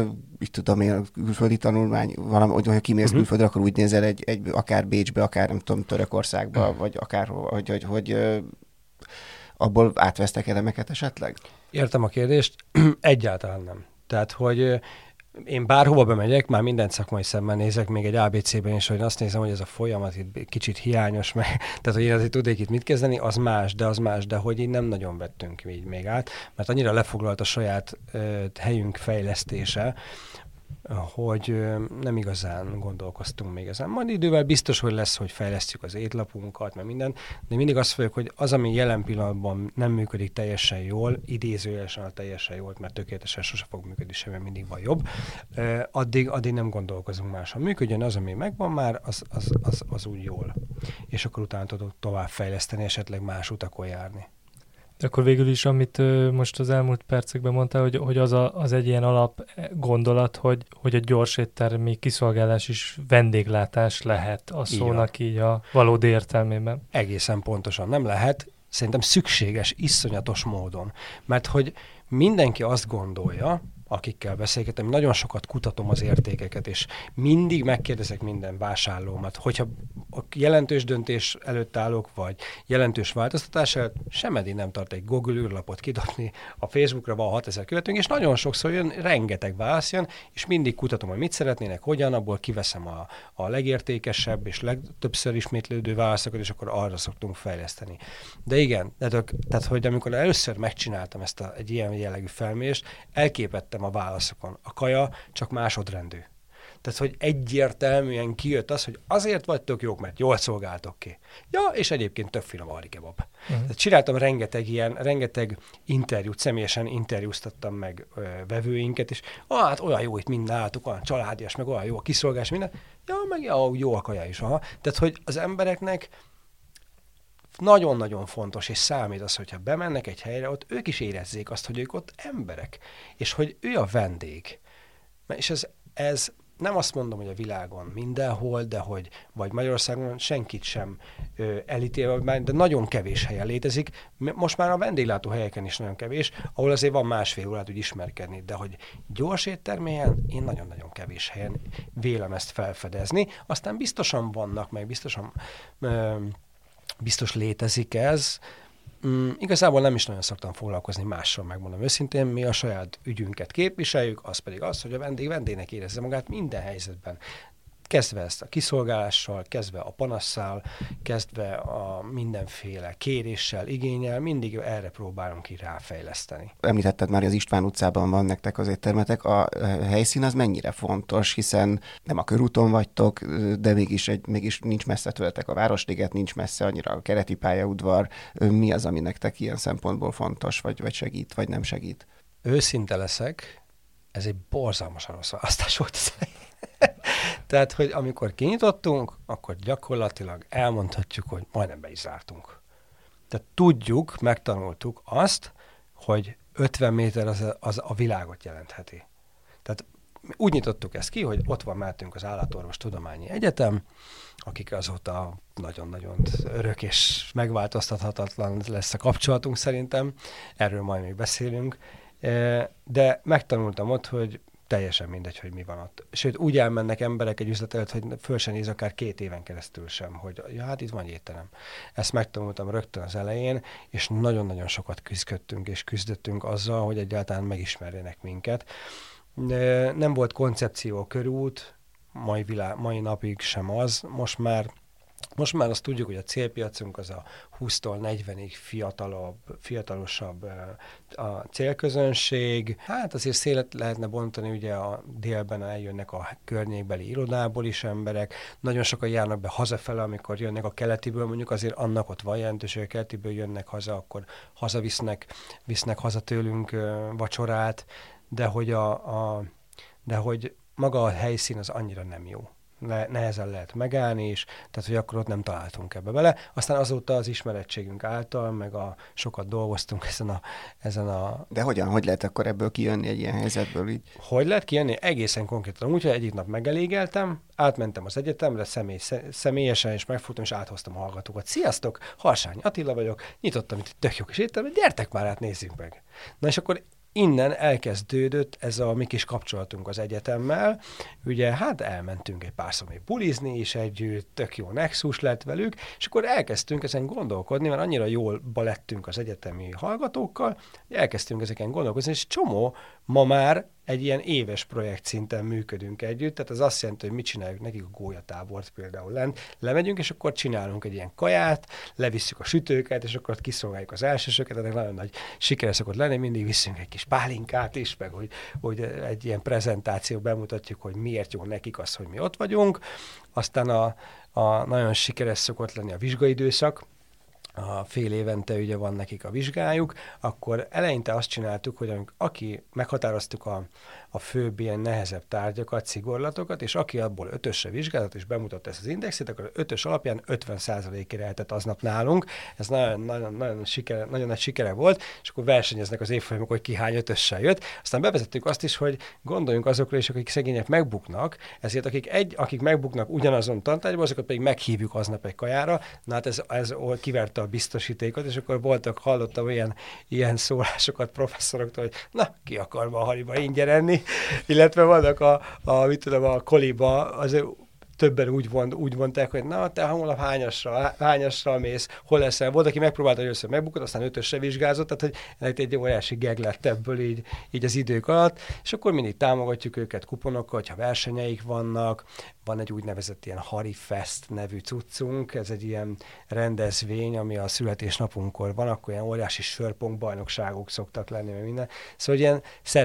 tudom én, külföldi tanulmány, valami, hogyha kimész külföldre, akkor úgy nézel egy akár Bécsbe, akár nem tudom, Törökországba, vagy akárhol, hogy abból átvesztek elemeket esetleg? Értem a kérdést, egyáltalán nem. Tehát, hogy én bárhova bemegyek, már minden szakmai szemmel nézek, még egy ABC-ben is, hogy azt nézem, hogy ez a folyamat itt kicsit hiányos, tehát hogy én azért tudnék itt mit kezdeni, az más, de hogy így nem nagyon vettünk így még át, mert annyira lefoglalt a saját helyünk fejlesztése, hogy nem igazán gondolkoztunk még ezen. Majd idővel biztos, hogy lesz, hogy fejlesztjük az étlapunkat, meg minden, de mindig azt fogjuk, hogy az, ami jelen pillanatban nem működik teljesen jól, idézőjelesen teljesen jól, mert tökéletesen sose fog működni, semmi mindig van jobb, addig nem gondolkozunk máson. Működjön az, ami megvan már, az úgy jól. És akkor utána tudok tovább fejleszteni, esetleg más utakon járni. De akkor végül is, amit most az elmúlt percekben mondtál, hogy az egy ilyen alap gondolat, hogy a gyors éttermi kiszolgálás is vendéglátás lehet a szónak így a valódi értelmében. Egészen pontosan nem lehet, szerintem szükséges, iszonyatos módon. Mert hogy mindenki azt gondolja, akikkel beszélgetem, nagyon sokat kutatom az értékeket, és mindig megkérdezek minden vásárlómat, hogyha jelentős döntés előtt állok, vagy jelentős változtatás előtt, sem eddig nem tart egy Google űrlapot kidobni, a Facebookra van 6000 követőnk, és nagyon sokszor jön, rengeteg válasz jön, és mindig kutatom, hogy mit szeretnének, hogyan, abból kiveszem a legértékesebb és legtöbbször ismétlődő válaszokat, és akkor arra szoktunk fejleszteni. De igen, tehát hogy amikor először megcsináltam egy ilyen jellegű felmérést, elképettem a válaszokon. A kaja csak másodrendű. Tehát, hogy egyértelműen kijött az, hogy azért vagytok jók, mert jól szolgáltok ki. Ja, és egyébként tök finom a harikebab. Tehát csináltam rengeteg interjút, személyesen interjúztattam meg vevőinket, és hát olyan jó itt mind nálatok, olyan családias, meg olyan jó a kiszolgás, minden. Ja, meg jó a kaja is. Aha. Tehát, hogy az embereknek nagyon-nagyon fontos, és számít az, hogyha bemennek egy helyre, ott ők is érezzék azt, hogy ők ott emberek, és hogy ő a vendég. És ez nem azt mondom, hogy a világon mindenhol, de hogy vagy Magyarországon senkit sem elítélve, de nagyon kevés helyen létezik. Most már a vendéglátóhelyeken is nagyon kevés, ahol azért van másfél órát úgy ismerkedni, de hogy gyors éttermélyen én nagyon-nagyon kevés helyen vélem ezt felfedezni. Aztán biztosan vannak, meg biztos létezik ez. Igazából nem is nagyon szoktam foglalkozni mással, megmondom őszintén, mi a saját ügyünket képviseljük, az pedig az, hogy a vendégnek érezze magát minden helyzetben. Kezdve ezt a kiszolgálással, kezdve a panasszal, kezdve a mindenféle kéréssel, igénnyel, mindig erre próbálunk ki ráfejleszteni. Említetted már, hogy az István utcában van nektek az éttermetek. A helyszín az mennyire fontos, hiszen nem a körúton vagytok, de mégis nincs messze tőletek a Városliget, nincs messze annyira a Kereti pályaudvar. Mi az, ami nektek ilyen szempontból fontos, vagy segít, vagy nem segít? Őszinte leszek, ez egy borzalmasan rossz választás volt az elején. Tehát, hogy amikor kinyitottunk, akkor gyakorlatilag elmondhatjuk, hogy majdnem be is zártunk. Tehát tudjuk, megtanultuk azt, hogy 50 méter az a világot jelentheti. Tehát úgy nyitottuk ezt ki, hogy ott van mellettünk az Állatorvos Tudományi Egyetem, akik azóta nagyon-nagyon örök és megváltoztathatatlan lesz a kapcsolatunk szerintem. Erről majd még beszélünk. De megtanultam ott, hogy teljesen mindegy, hogy mi van ott. Sőt, úgy elmennek emberek egy üzlet előtt, hogy föl se néz akár 2 éven keresztül sem, hogy ja, hát itt van étterem. Ezt megtanultam rögtön az elején, és nagyon-nagyon sokat küzdöttünk és küzdöttünk azzal, hogy egyáltalán megismerjenek minket. Nem volt koncepció körút, mai napig sem az, most már azt tudjuk, hogy a célpiacunk az a 20-tól 40-ig fiatalosabb a célközönség. Hát azért szélet lehetne bontani, ugye a délben eljönnek a környékbeli irodából is emberek, nagyon sokan járnak be hazafele, amikor jönnek a keletiből, mondjuk azért annak ott van jelentős, hogy a keletiből jönnek haza, akkor visznek haza tőlünk vacsorát, de hogy maga a helyszín az annyira nem jó. Nehezen lehet megállni is, tehát hogy akkor ott nem találtunk ebbe bele. Aztán azóta az ismerettségünk által, meg sokat dolgoztunk ezen a... De hogy lehet akkor ebből kijönni egy ilyen helyzetből így? Hogy lehet kijönni? Egészen konkrétan úgy, hogy egyik nap megelégeltem, átmentem az egyetemre személyesen, és megfogtam, és áthoztam a hallgatókat. Sziasztok, Harsány Attila vagyok, nyitottam itt tök jó kis éttermet, gyertek már át, nézzük meg. Na és akkor innen elkezdődött ez a mi kis kapcsolatunk az egyetemmel. Ugye hát elmentünk egy párszor még bulizni is együtt, tök jó nexus lett velük, és akkor elkezdtünk ezen gondolkodni, mert annyira jól lettünk az egyetemi hallgatókkal, hogy elkezdtünk ezeken gondolkozni, és csomó ma már egy ilyen éves projekt szinten működünk együtt, tehát az azt jelenti, hogy mit csináljuk nekik a gólyatábort például lent. Lemegyünk, és akkor csinálunk egy ilyen kaját, levisszük a sütőket, és akkor kiszolgáljuk az elsősöket, ennek nagyon nagy sikere szokott lenni, mindig viszünk egy kis pálinkát is, meg hogy egy ilyen prezentáció bemutatjuk, hogy miért jó nekik az, hogy mi ott vagyunk. Aztán a nagyon sikeres szokott lenni a vizsgaidőszak, a fél évente ugye van nekik a vizsgájuk, akkor eleinte azt csináltuk, hogy aki meghatároztuk a főbb ilyen nehezebb tárgyakat, szigorlatokat, és aki abból 5-ösre vizsgázott, és bemutatta ezt az indexet, akkor 5-ös alapján 50%-ére lehetett aznap nálunk. Ez nagyon nagy sikere volt, és akkor versenyeznek az évfolyamok, hogy ki hány 5-össel jött. Aztán bevezettük azt is, hogy gondoljunk azokra is, akik szegények megbuknak, ezért akik megbuknak ugyanazon tantárgyban, azokat pedig meghívjuk aznap egy kajára. Na hát ez kiverte a biztosítékot, és akkor hallottam ilyen szólásokat professzoroktól, hogy na, ki akar ma a hariba ingyen enni, illetve vannak a koliba, azért többen úgy mondták, hogy na, te hamarabb hányasra mész, hol leszel. Volt, aki megpróbálta, hogy először megbukott, aztán 5-ösre vizsgázott, tehát hogy ennek egy óriási geg lett ebből így az idők alatt, és akkor mindig támogatjuk őket kuponokkal, hogyha versenyeik vannak, van egy úgynevezett ilyen Hari Fest nevű cuccunk, ez egy ilyen rendezvény, ami a születésnapunkkor van, akkor ilyen óriási sörpong bajnokságok szoktak lenni, meg minden. Szóval ilyen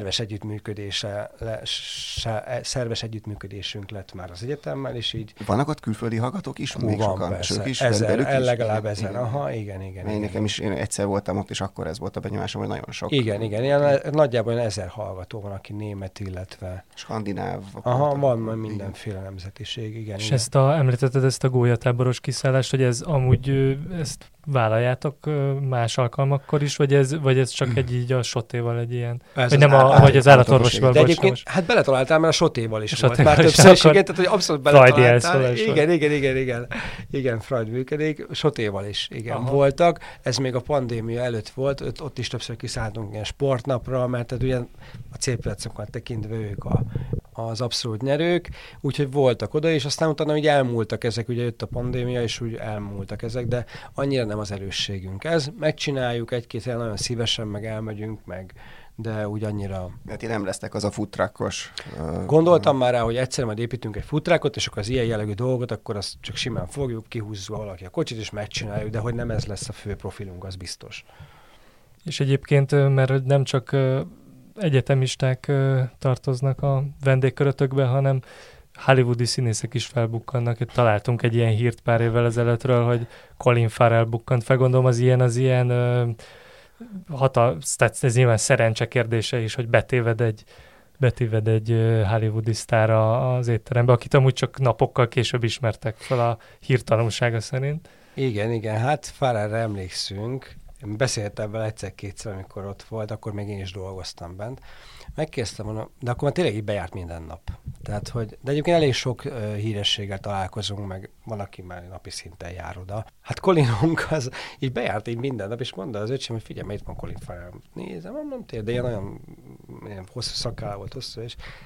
szerves együttműködésünk lett már az egyetemmel, és így... Vannak ott külföldi hallgatók is? Még van, sokan? persze. Is, legalább 1000. Aha, igen. Én egyszer voltam ott, és akkor ez volt a benyomásom, hogy nagyon sok. Igen, ilyen, nagyjából 1000 hallgató van, aki német, illetve... Skandináv. Aha, van mindenféle nemzetiség, igen. És igen. Említetted ezt a gólyatáboros kiszállást, hogy ez amúgy ezt vállaljátok más alkalmakkor is, vagy ez csak egy így a sotéval egy ilyen? Ez vagy nem vagy az állatorvosival. De egyébként hát beletaláltál, mert a sotéval is volt. Sotéval Már többször is, igen, tehát hogy abszolút beletaláltál. Igen, Freud működik. Sotéval is, igen, aha, voltak. Ez még a pandémia előtt volt, ott is többször kiszálltunk ilyen sportnapra, mert tehát ugye a célpiacokon tekintve ők az abszolút nyerők, úgyhogy voltak oda, és aztán utána úgy elmúltak ezek, ugye jött a pandémia, és úgy elmúltak ezek, de annyira nem az erősségünk ez. Megcsináljuk egy-két helyen, nagyon szívesen, meg elmegyünk, de úgy annyira... Hát nem lesznek az a futrákos... Gondoltam már rá, hogy egyszer majd építünk egy futrákot, és akkor az ilyen jellegű dolgot, akkor azt csak simán fogjuk, kihúzzuk valaki a kocsit, és megcsináljuk, de hogy nem ez lesz a fő profilunk, az biztos. És egyébként, mert nem csak egyetemisták tartoznak a vendégkörötökbe, hanem hollywoodi színészek is felbukkannak. Találtunk egy ilyen hírt pár évvel ezelőttről, hogy Colin Farrell bukkant fel. Gondolom az ilyen ez nyilván szerencse kérdése is, hogy betéved egy hollywoodi sztár az étterembe, akit amúgy csak napokkal később ismertek fel a hírtanúsága szerint. Igen, hát Farrellre emlékszünk. Beszéltem vele egyszer-kétszer, amikor ott volt, akkor még én is dolgoztam bent. Megkérdeztem, mondom, de akkor már tényleg így bejárt minden nap. Tehát, de egyébként elég sok hírességgel találkozunk, meg van, aki már napi szinten jár oda. Hát Colinunk az így bejárt így minden nap, és mondta az öcsém, hogy figyelj, itt van Colin Farrell. Nézem, nem tér, de ilyen hosszú szakáll volt, hosszú,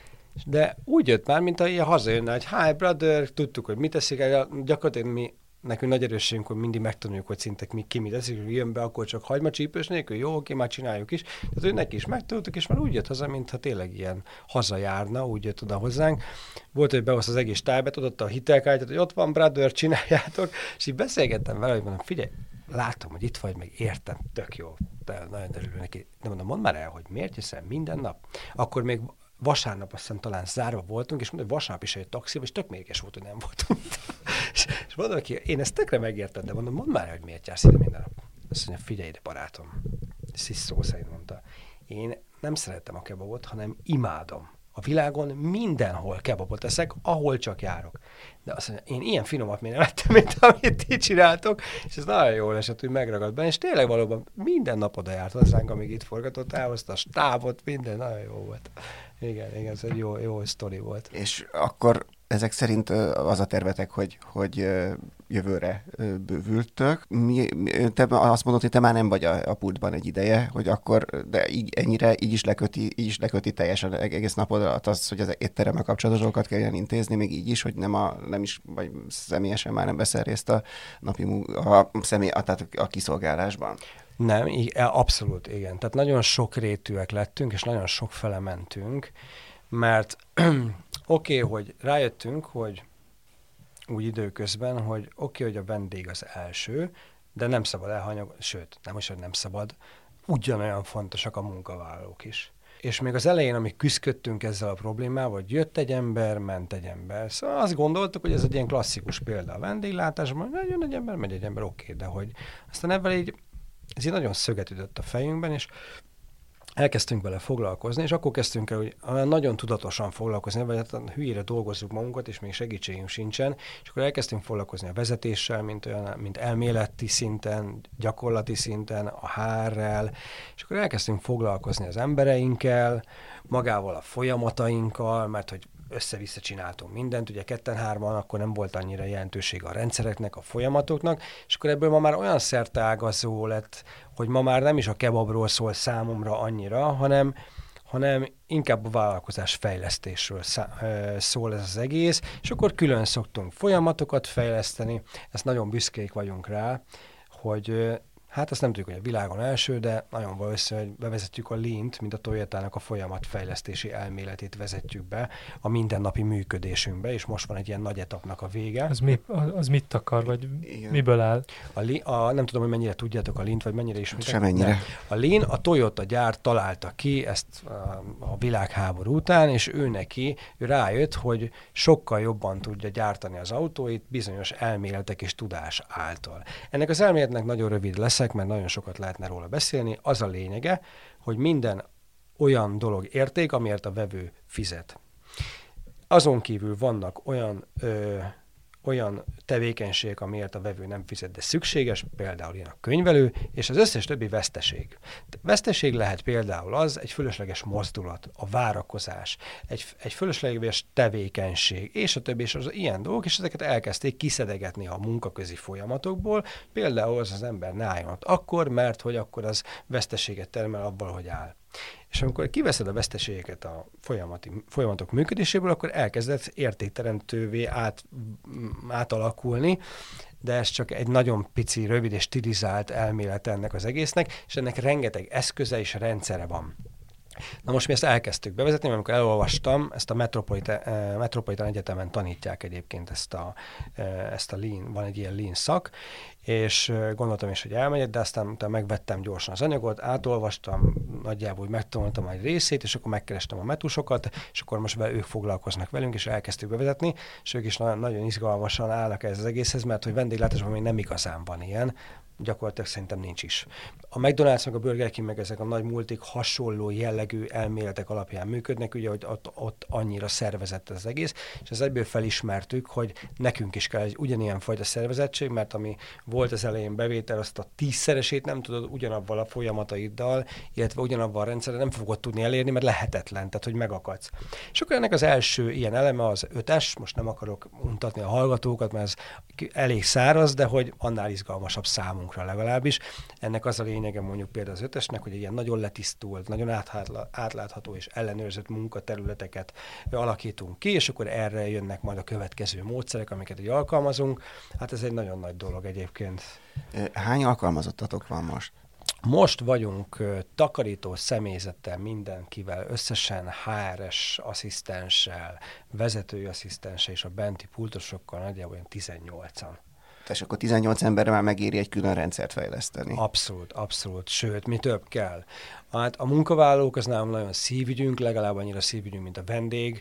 de úgy jött már, mint ilyen hazajönne, hogy hi brother, tudtuk, hogy mit teszik, gyakorlatilag nekünk nagy erősségünk, hogy mindig megtanuljuk, hogy szinte ki mit teszik, hogy jön be, akkor csak hagymacsípős nélkül, jó, oké, már csináljuk is. Tehát ő neki is megtanultuk, és már úgy jött haza, mintha tényleg ilyen hazajárna, úgy jött oda hozzánk. Volt, hogy behoz az egész tájbet, odaadta a hitelkártyát, hogy ott van, brother, csináljátok, és így beszélgettem vele, hogy mondom, figyelj, látom, hogy itt vagy, meg értem, tök jó, de nagyon örülök neki. De mondom, mondd már el, hogy miért jössz el minden nap? Akkor még vasárnap azt hiszem talán zárva voltunk, és mondta, hogy vasárnap is egy taxival, és tök mérges volt, hogy nem voltunk. és mondom neki, én ezt tökre megértem, de mondom, mondd már, hogy miért jársz ide minden nap. Azt mondja, figyelj ide, barátom. Ezt is szó szerint mondta. Én nem szeretem a kebabot, hanem imádom. A világon mindenhol kebabot eszek, ahol csak járok. De azt mondja, én ilyen finomat még nem ettem, mint amit ti csináltok, és ez nagyon jól esett, hogy megragad benne, és tényleg valóban minden nap oda járt hozzánk, amíg itt forgatott, elhozta a stábot, minden nagyon jó volt. Igen, ez egy jó sztori volt. És akkor ezek szerint az a tervetek, hogy jövőre bővültök. Te azt mondod, hogy te már nem vagy a pultban egy ideje, hogy akkor, de ennyire így is leköti teljesen egész napodat az, hogy az étteremmel kapcsolatos dolgokat kelljen intézni, még így is, hogy nem is, vagy személyesen már nem veszel részt a napi tehát a kiszolgálásban. Nem, abszolút igen. Tehát nagyon sokrétűek lettünk, és nagyon sok fele mentünk, mert oké, hogy rájöttünk, hogy úgy időközben, hogy hogy a vendég az első, de nem szabad elhanyagolni, sőt, nem most, hogy nem szabad, ugyanolyan fontosak a munkavállalók is. És még az elején, amíg küzdködtünk ezzel a problémával, hogy jött egy ember, ment egy ember. Szóval azt gondoltuk, hogy ez egy ilyen klasszikus példa a vendéglátásban, hogy jön egy ember, megy egy ember, oké, de hogy aztán ebben ez így nagyon szöget ütött a fejünkben, és elkezdtünk vele foglalkozni, és akkor kezdtünk el, hogy nagyon tudatosan foglalkozni, vagy hát hülyére dolgozzuk magunkat, és még segítségünk sincsen, és akkor elkezdtünk foglalkozni a vezetéssel, mint elméleti szinten, gyakorlati szinten, a HR-rel, és akkor elkezdtünk foglalkozni az embereinkkel, magával a folyamatainkkal, mert hogy össze-vissza csináltunk mindent, ugye 2-3-an akkor nem volt annyira jelentősége a rendszereknek, a folyamatoknak, és akkor ebből ma már olyan szerteágazó lett, hogy ma már nem is a kebabról szól számomra annyira, hanem inkább a vállalkozás fejlesztésről szól ez az egész, és akkor külön szoktunk folyamatokat fejleszteni, ezt nagyon büszkék vagyunk rá, hogy Hát azt nem tudjuk, hogy a világon első, de nagyon valószínű, hogy bevezetjük a Lean-t, mint a Toyotának a folyamatfejlesztési elméletét vezetjük be a mindennapi működésünkbe, és most van egy ilyen nagy etapnak a vége. Az mit akar, vagy Igen. miből áll? Nem tudom, hogy mennyire tudjátok a Lean-t, vagy mennyire ismeritek. Semennyire. A Lean, a Toyota gyár találta ki ezt a világháború után, és ő rájött, hogy sokkal jobban tudja gyártani az autóit bizonyos elméletek és tudás által. Ennek az elméletnek nagyon rövid leszek, mert nagyon sokat lehetne róla beszélni. Az a lényege, hogy minden olyan dolog érték, amiért a vevő fizet. Azon kívül vannak olyan tevékenységek, amiért a vevő nem fizet, de szükséges, például ilyen a könyvelő, és az összes többi veszteség. Veszteség lehet például egy fölösleges mozdulat, a várakozás, egy fölösleges tevékenység, és a többi, és az ilyen dolgok, és ezeket elkezdték kiszedegetni a munkaközi folyamatokból, például az ember ne álljon ott akkor, mert hogy akkor az veszteséget termel abból, hogy áll. És amikor kiveszed a veszteségeket a folyamatok működéséből, akkor elkezdett értékteremtővé átalakulni, de ez csak egy nagyon pici, rövid és stilizált elmélet ennek az egésznek, és ennek rengeteg eszköze és rendszere van. Na most mi ezt elkezdtük bevezetni, mert amikor elolvastam, ezt a Metropolitan Egyetemen tanítják egyébként ezt a Lean, van egy ilyen Lean szak, és gondoltam is, hogy elmegyek, de aztán utána megvettem gyorsan az anyagot, átolvastam, nagyjából úgy megtanultam egy részét, és akkor megkerestem a metusokat, és akkor most ők foglalkoznak velünk, és elkezdtük bevezetni, és ők is nagyon izgalmasan állnak ez az egészhez, mert hogy vendéglátásban még nem igazán van ilyen, gyakorlatilag szerintem nincs is. A McDonald's meg a Burger King meg ezek a nagy multik hasonló jellegű elméletek alapján működnek, ugye, hogy ott annyira szervezett az egész, és az egyből felismertük, hogy nekünk is kell egy ugyanilyen fajta szervezettség, mert ami volt az elején bevétel, azt a 10-szeresét nem tudod ugyanabban a folyamataiddal, illetve ugyanabban a rendszerrel nem fogod tudni elérni, mert lehetetlen, tehát hogy megakadsz. És akkor ennek az első ilyen eleme az 5-es, most nem akarok untatni a hallgatókat, mert ez elég száraz, de hogy annál izgalmasabb számunkra legalábbis. Ennek az a lényege mondjuk például az 5-esnek, hogy egy ilyen nagyon letisztult, nagyon átlátható és ellenőrzött munkaterületeket alakítunk ki, és akkor erre jönnek majd a következő módszerek, amiket így alkalmazunk. Hát ez egy nagyon nagy dolog egyébként. Hány alkalmazottatok van most? Most vagyunk takarító személyzettel, mindenkivel, összesen HRS asszisztenssel, vezetői asszisztenssel és a benti pultosokkal nagyjából olyan 18-an. És akkor 18 emberre már megéri egy külön rendszert fejleszteni. Abszolút. Sőt, mi több kell. Hát a munkavállalók az nálam nagyon szívügyünk, legalább annyira szívügyünk, mint a vendég.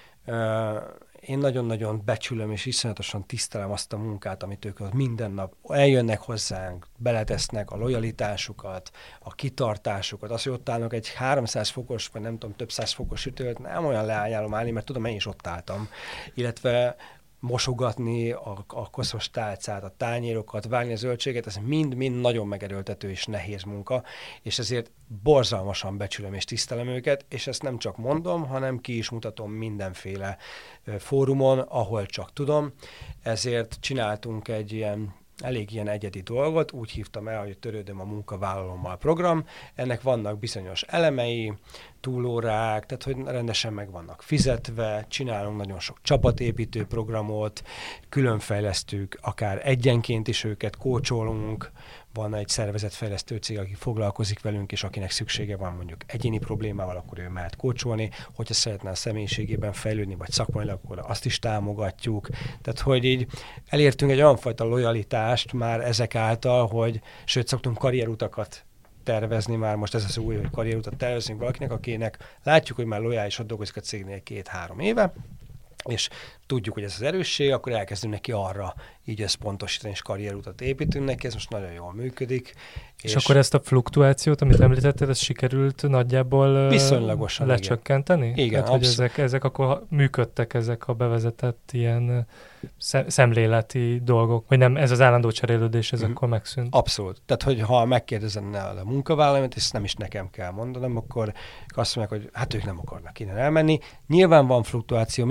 Én nagyon-nagyon becsülöm és iszonyatosan tisztelem azt a munkát, amit ők ott minden nap eljönnek hozzánk, beletesznek a lojalitásukat, a kitartásukat, azt, hogy ott állnak egy 300 fokos, vagy nem tudom, több száz fokos sütőt, nem olyan leányálom állni, mert tudom, én is ott álltam. Illetve mosogatni a koszos tálcát, a tányérokat, vágni a zöldséget, ez mind-mind nagyon megerőltető és nehéz munka, és ezért borzalmasan becsülöm és tisztelem őket, és ezt nem csak mondom, hanem ki is mutatom mindenféle fórumon, ahol csak tudom. Ezért csináltunk egy elég ilyen egyedi dolgot, úgy hívtam el, hogy Törődöm a munkavállalommal program. Ennek vannak bizonyos elemei, túlórák, tehát hogy rendesen meg vannak fizetve, csinálunk nagyon sok csapatépítő programot, különfejlesztjük, akár egyenként is őket kócsolunk, van egy szervezetfejlesztő cég, aki foglalkozik velünk, és akinek szüksége van mondjuk egyéni problémával, akkor ő mehet kócsolni, hogyha szeretne a személyiségében fejlődni, vagy szakmailag, akkor azt is támogatjuk. Tehát, hogy így elértünk egy olyan fajta lojalitást már ezek által, hogy sőt, szoktunk karrierutakat tervezni már, most ez az új, hogy karrierutat tervezünk valakinek, akinek látjuk, hogy már lojálisan dolgozik a cégnél 2-3 éve, és tudjuk, hogy ez az erősség, akkor elkezdünk neki arra így összpontosítani, és karrierutat építünk neki, ez most nagyon jól működik. És akkor ezt a fluktuációt, amit említetted, ez sikerült nagyjából viszonylagosan lecsökkenteni? Igen, tehát, hogy ezek akkor működtek, ezek a bevezetett ilyen szemléleti dolgok, vagy nem, ez az állandó cserélődés, ez akkor megszűnt? Abszolút. Tehát, hogy ha megkérdezem a munkavállalót, és nem is nekem kell mondanom, akkor azt mondják, hogy hát ők nem akarnak innen elmenni. Nyilván van fluktuáció, mindig van belső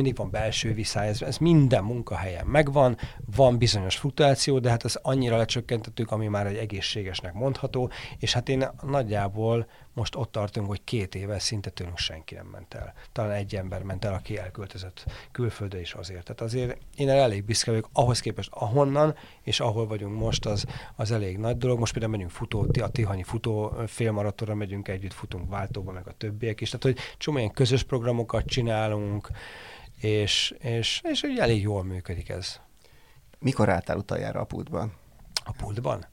belső viszály, ez minden munkahelyen megvan, van bizonyos fluktuáció, de hát ez annyira lecsökkentettük, ami már egy egészségesnek mondható, és hát én nagyjából most ott tartunk, hogy 2 éve szinte tőlünk senki nem ment el. Talán egy ember ment el, aki elköltözött külföldre is azért. Tehát azért én elég büszke vagyok, ahhoz képest ahonnan, és ahol vagyunk most, az elég nagy dolog. Most például megyünk a Tihanyi futó félmaratonra megyünk együtt, futunk váltóba, meg a többiek is. Tehát, hogy csomó ilyen közös programokat csinálunk, és úgy elég jól működik ez. Mikor álltál utoljára a pultban? A pultban?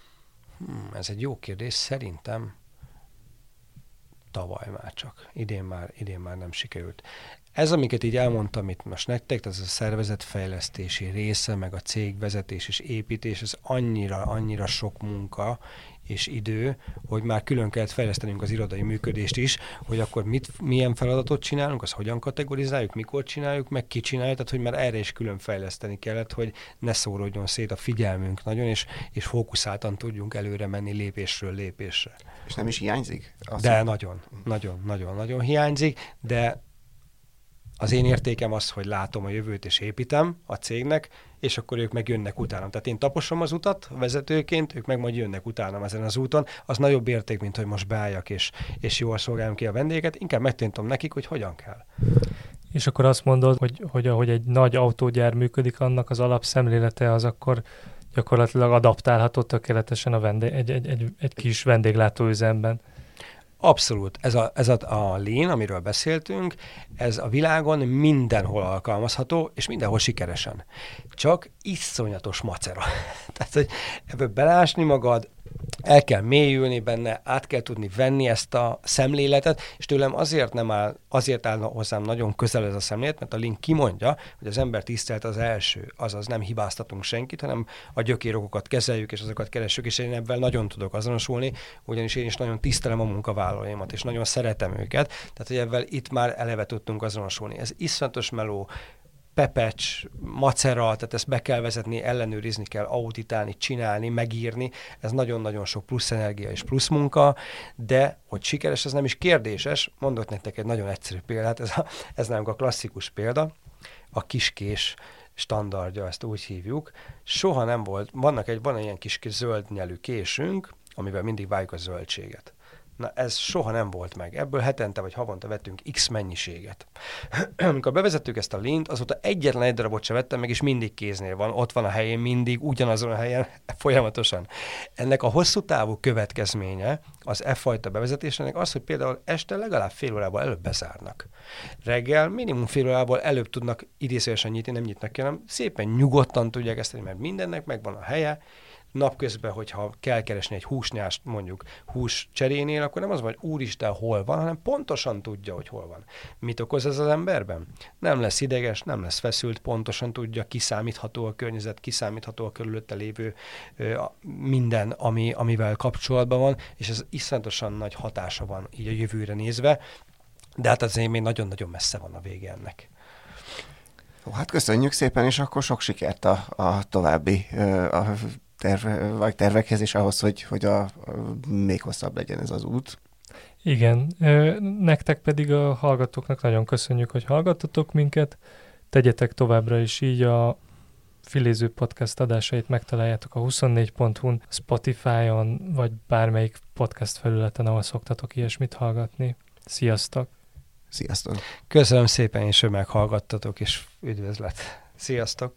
Ez egy jó kérdés. Szerintem tavaly már csak. Idén már nem sikerült. Ez, amiket így elmondtam itt most nektek, ez a szervezetfejlesztési része, meg a cégvezetés és építés, ez annyira sok munka és idő, hogy már külön kellett fejlesztenünk az irodai működést is, hogy akkor milyen feladatot csinálunk, azt hogyan kategorizáljuk, mikor csináljuk, meg ki csináljuk, tehát hogy már erre is külön fejleszteni kellett, hogy ne szóródjon szét a figyelmünk nagyon, és fókuszáltan tudjunk előre menni lépésről lépésre. És nem is hiányzik? De nagyon hiányzik, de az én értékem az, hogy látom a jövőt és építem a cégnek, és akkor ők meg jönnek utánam. Tehát én taposom az utat vezetőként, ők meg majd jönnek utánam ezen az úton. Az nagyobb érték, mint hogy most beálljak és jól szolgáljam ki a vendégeket. Inkább megtanítom nekik, hogy hogyan kell. És akkor azt mondod, hogy ahogy egy nagy autógyár működik, annak az alapszemlélete az akkor gyakorlatilag adaptálható tökéletesen egy kis vendéglátóüzemben. Abszolút. Ez a Lean, amiről beszéltünk, ez a világon mindenhol alkalmazható, és mindenhol sikeresen. Csak iszonyatos macera. Tehát, hogy ebből belásni magad, el kell mélyülni benne, át kell tudni venni ezt a szemléletet, és tőlem azért áll hozzám nagyon közel ez a szemlélet, mert a Lean kimondja, hogy az ember tisztelet az első, azaz nem hibáztatunk senkit, hanem a gyökérokokat kezeljük, és azokat keressük, és én ebben nagyon tudok azonosulni, ugyanis én is nagyon tisztelem a munkavállalóimat, és nagyon szeretem őket, tehát hogy ebben itt már eleve tudtunk azonosulni. Ez iszonyatos meló, pepecs, macera, tehát ezt be kell vezetni, ellenőrizni kell, auditálni, csinálni, megírni. Ez nagyon-nagyon sok plusz energia és plusz munka, de hogy sikeres, ez nem is kérdéses. Mondok nektek egy nagyon egyszerű példát, ez nálunk a klasszikus példa, a kiskés standardja, ezt úgy hívjuk. Soha nem volt, van ilyen kis zöld nyelű késünk, amivel mindig vágjuk a zöldséget. Na, ez soha nem volt meg. Ebből hetente vagy havonta vettünk X mennyiséget. Amikor bevezettük ezt a Lean-t, azóta egyetlen egy darabot sem vettem meg, és mindig kéznél van. Ott van a helyén, mindig ugyanazon a helyen, folyamatosan. Ennek a hosszú távú következménye az fajta bevezetésnek az, hogy például este legalább fél órával előbb bezárnak. Reggel minimum fél órával előbb tudnak idézőesen nyitni, nem nyitnak ki, hanem szépen nyugodtan tudják ezt tenni, mert mindennek megvan a helye. Napközben, hogyha kell keresni egy húsnyást, mondjuk hús cserénél, akkor nem az van, hogy úristen, hol van, hanem pontosan tudja, hogy hol van. Mit okoz ez az emberben? Nem lesz ideges, nem lesz feszült, pontosan tudja, kiszámítható a környezet, kiszámítható a körülötte lévő minden, amivel kapcsolatban van, és ez iszonyatosan nagy hatása van így a jövőre nézve, de hát azért még nagyon-nagyon messze van a vége ennek. Hát köszönjük szépen, és akkor sok sikert a további tervekhez, és ahhoz, hogy még hosszabb legyen ez az út. Igen, nektek pedig a hallgatóknak nagyon köszönjük, hogy hallgattatok minket. Tegyetek továbbra is így, a Filéző Podcast adásait megtaláljátok a 24.hu-n, Spotify-on, vagy bármelyik podcast felületen, ahol szoktatok ilyesmit hallgatni. Sziasztok! Sziasztok! Köszönöm szépen, és hogy meghallgattatok, és üdvözlet! Sziasztok!